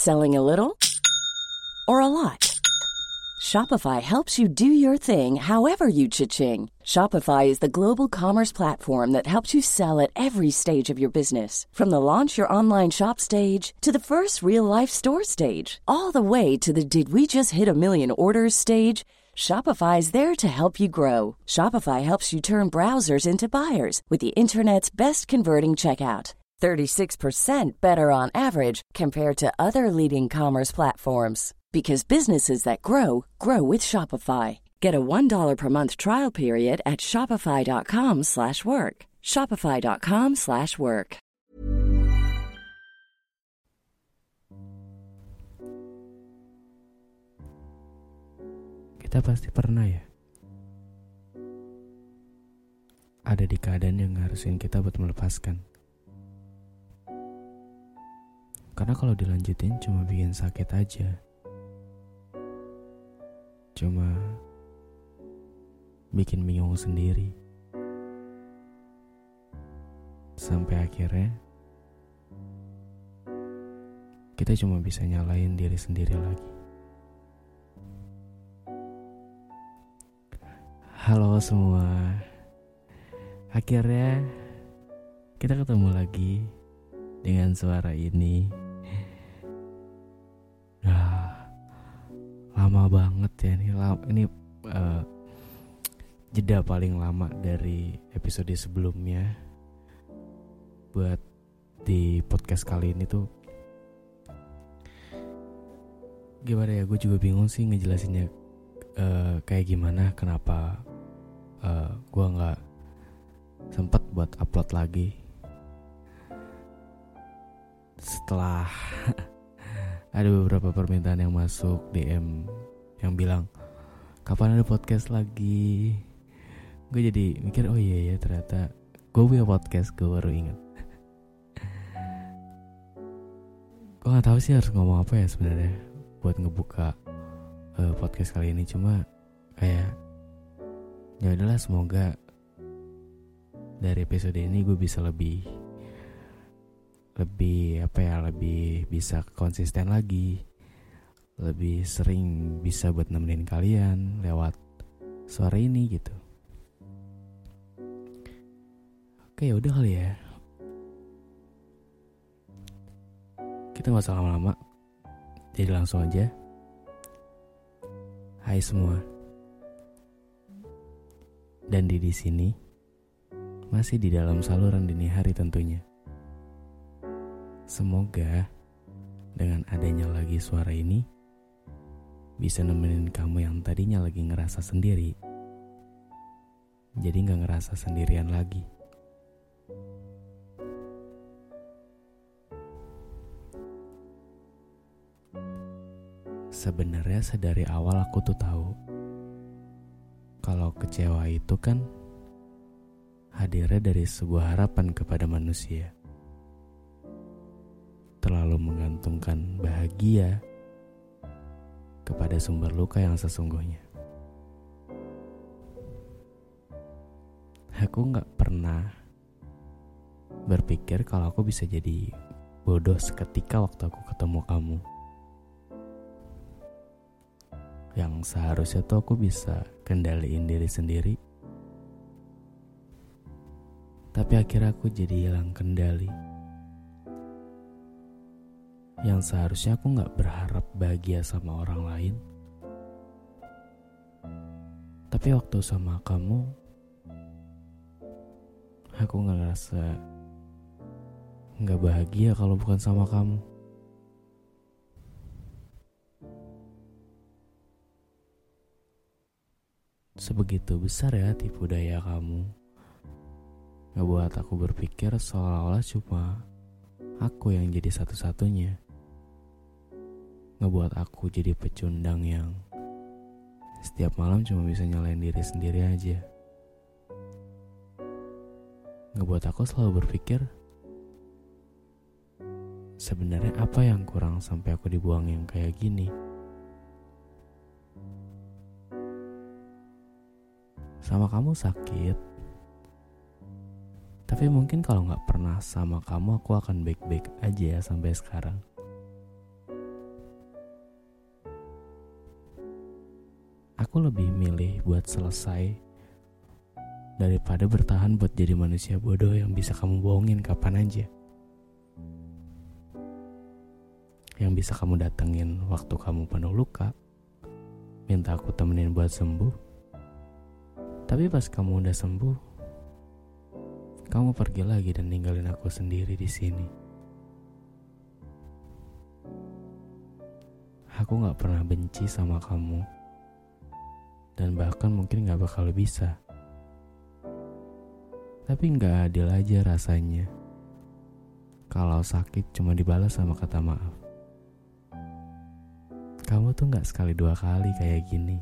Selling a little or a lot? Shopify helps you do your thing however you cha-ching. Shopify is the global commerce platform that helps you sell at every stage of your business. From the launch your online shop stage to the first real-life store stage, all the way to the did we just hit a million orders stage. Shopify is there to help you grow. Shopify helps you turn browsers into buyers with the internet's best converting checkout. 36% better on average compared to other leading commerce platforms. Because businesses that grow, grow with Shopify. Get a $1 per month trial period at shopify.com/work. Shopify.com/work. Kita pasti pernah ya ada di keadaan yang ngarusin kita buat melepaskan. Karena kalau dilanjutin cuma bikin sakit aja. Cuma bikin bingung sendiri. Sampai akhirnya kita cuma bisa nyalain diri sendiri lagi. Halo semua. Akhirnya kita ketemu lagi dengan suara ini. Lama banget ya ini jeda paling lama dari episode sebelumnya. Buat di podcast kali ini tuh gimana ya, gue juga bingung sih ngejelasinnya kayak gimana, kenapa gue gak sempet buat upload lagi setelah ada beberapa permintaan yang masuk DM yang bilang kapan ada podcast lagi. Gue jadi mikir oh iya ya, ternyata gue punya podcast. Gue baru ingat. Gue gak tahu sih harus ngomong apa ya sebenarnya buat ngebuka podcast kali ini. Cuma kayak ya udahlah, semoga dari episode ini gue bisa lebih bisa konsisten lagi, lebih sering bisa buat nemenin kalian lewat suara ini gitu. Oke, ya udah kali ya, kita nggak usah lama-lama, jadi langsung aja. Hai semua, dan di sini masih di dalam saluran dini hari tentunya. Semoga dengan adanya lagi suara ini bisa nemenin kamu yang tadinya lagi ngerasa sendiri, jadi gak ngerasa sendirian lagi. Sebenarnya sedari awal aku tuh tahu kalau kecewa itu kan hadirnya dari sebuah harapan kepada manusia. Terlalu menggantungkan bahagia kepada sumber luka yang sesungguhnya. Aku gak pernah berpikir kalau aku bisa jadi bodoh seketika waktu aku ketemu kamu. Yang seharusnya tuh aku bisa kendaliin diri sendiri, tapi akhirnya aku jadi hilang kendali. Yang seharusnya aku gak berharap bahagia sama orang lain, tapi waktu sama kamu aku gak ngerasa gak bahagia kalau bukan sama kamu. Sebegitu besar ya tipu daya kamu, ngebuat aku berpikir seolah-olah cuma aku yang jadi satu-satunya. Ngebuat aku jadi pecundang yang setiap malam cuma bisa nyalain diri sendiri aja. Ngebuat aku selalu berpikir, sebenarnya apa yang kurang sampai aku dibuang yang kayak gini? Sama kamu sakit, tapi mungkin kalau gak pernah sama kamu aku akan baik-baik aja ya sampai sekarang. aku lebih milih buat selesai daripada bertahan buat jadi manusia bodoh yang bisa kamu bohongin kapan aja, yang bisa kamu datengin waktu kamu penuh luka, minta aku temenin buat sembuh. Tapi pas kamu udah sembuh, kamu pergi lagi dan ninggalin aku sendiri di sini. Aku gak pernah benci sama kamu, dan bahkan mungkin gak bakal bisa. Tapi gak adil aja rasanya kalau sakit cuma dibalas sama kata maaf. Kamu tuh gak sekali dua kali kayak gini.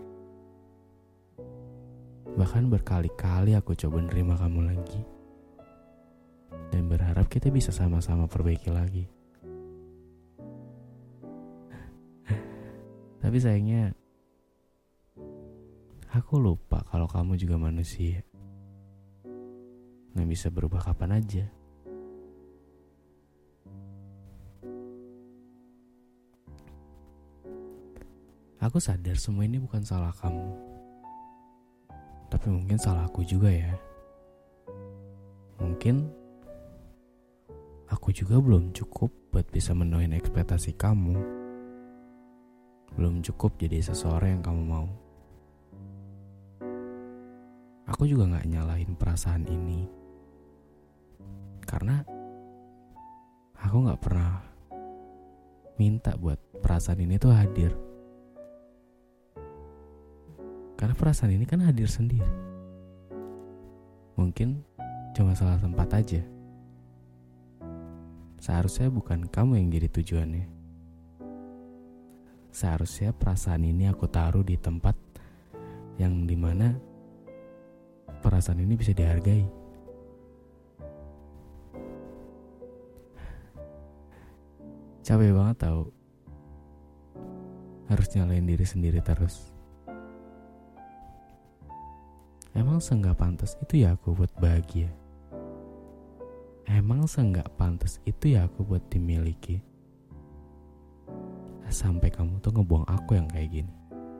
Bahkan berkali-kali aku coba nerima kamu lagi dan berharap kita bisa sama-sama perbaiki lagi. Tapi sayangnya aku lupa kalau kamu juga manusia, gak bisa berubah kapan aja. Aku sadar semua ini bukan salah kamu, tapi mungkin salah aku juga ya. Mungkin aku juga belum cukup buat bisa menuhin ekspektasi kamu, belum cukup jadi seseorang yang kamu mau. Aku juga gak nyalahin perasaan ini, karena aku gak pernah minta buat perasaan ini tuh hadir. Karena perasaan ini kan hadir sendiri. Mungkin cuma salah tempat aja. Seharusnya bukan kamu yang jadi tujuannya. Seharusnya perasaan ini aku taruh di tempat yang dimana perasaan ini bisa dihargai. Capek banget tau harus nyalain diri sendiri terus. Emang seenggak pantas itu ya aku buat bahagia? Emang seenggak pantas itu ya aku buat dimiliki? Sampai kamu tuh ngebuang aku yang kayak gini.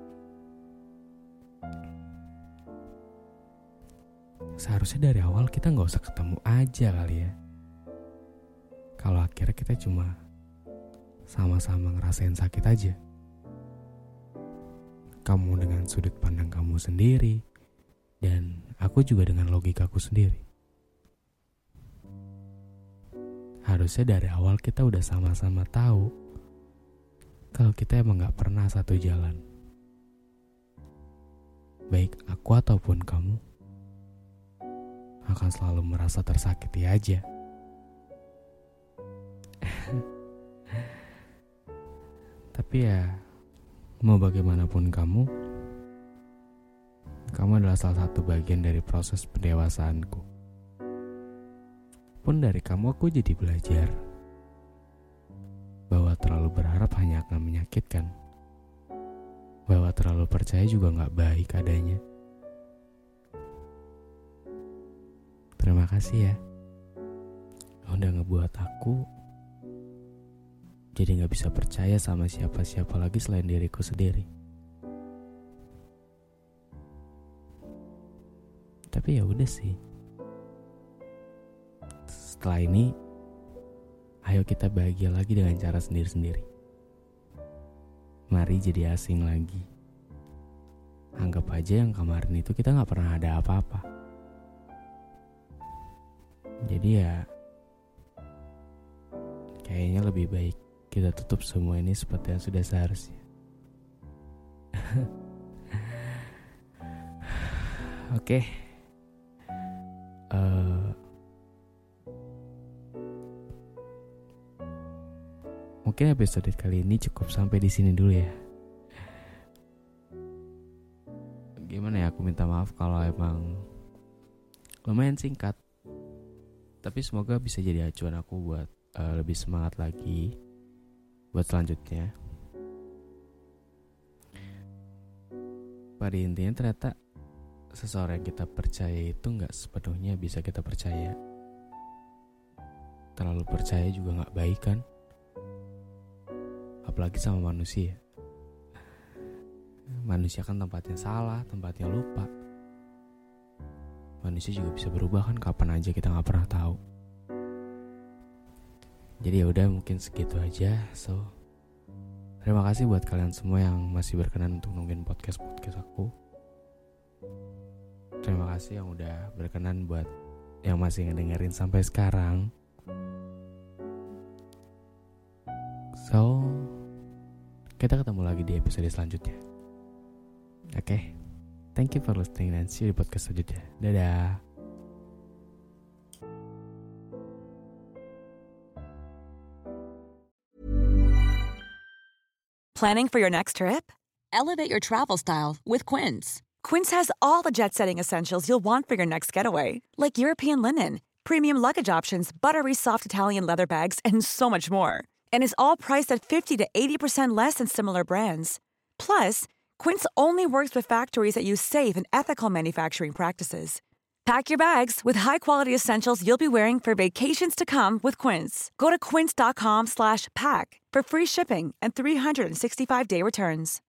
Seharusnya dari awal kita gak usah ketemu aja kali ya. Kalau akhirnya kita cuma sama-sama ngerasain sakit aja. Kamu dengan sudut pandang kamu sendiri, dan aku juga dengan logikaku sendiri. Harusnya dari awal kita udah sama-sama tahu kalau kita emang gak pernah satu jalan. Baik aku ataupun kamu akan selalu merasa tersakiti aja. Tapi ya, mau bagaimanapun kamu adalah salah satu bagian dari proses pendewasaanku. Pun dari kamu aku jadi belajar bahwa terlalu berharap hanya akan menyakitkan, bahwa terlalu percaya juga gak baik adanya. Terima kasih ya, udah ngebuat aku jadi gak bisa percaya sama siapa-siapa lagi selain diriku sendiri. Tapi ya udah sih. Setelah ini, ayo kita bahagia lagi dengan cara sendiri-sendiri. Mari jadi asing lagi. Anggap aja yang kemarin itu kita gak pernah ada apa-apa. Jadi ya, kayaknya lebih baik kita tutup semua ini seperti yang sudah seharusnya. Oke. Mungkin episode kali ini cukup sampai di sini dulu ya. Gimana ya, aku minta maaf kalau emang lumayan singkat. Tapi semoga bisa jadi acuan aku buat lebih semangat lagi buat selanjutnya. Pada intinya ternyata seseorang yang kita percaya itu gak sepenuhnya bisa kita percaya. Terlalu percaya juga gak baik kan, apalagi sama manusia. manusia kan tempatnya salah, tempatnya lupa. Manusia juga bisa berubah kan, kapan aja kita nggak pernah tahu. Jadi ya udah, mungkin segitu aja. So, terima kasih buat kalian semua yang masih berkenan untuk nungguin podcast aku. Terima kasih yang udah berkenan buat yang masih ngedengerin sampai sekarang. So, kita ketemu lagi di episode selanjutnya. Oke. Thank you for listening dan see you di podcast selanjutnya. Dadah. Planning for your next trip? Elevate your travel style with Quince. Quince has all the jet-setting essentials you'll want for your next getaway, like European linen, premium luggage options, buttery soft Italian leather bags, and so much more. And is all priced at 50 to 80% less than similar brands. Plus, Quince only works with factories that use safe and ethical manufacturing practices. Pack your bags with high-quality essentials you'll be wearing for vacations to come with Quince. Go to quince.com/pack for free shipping and 365-day returns.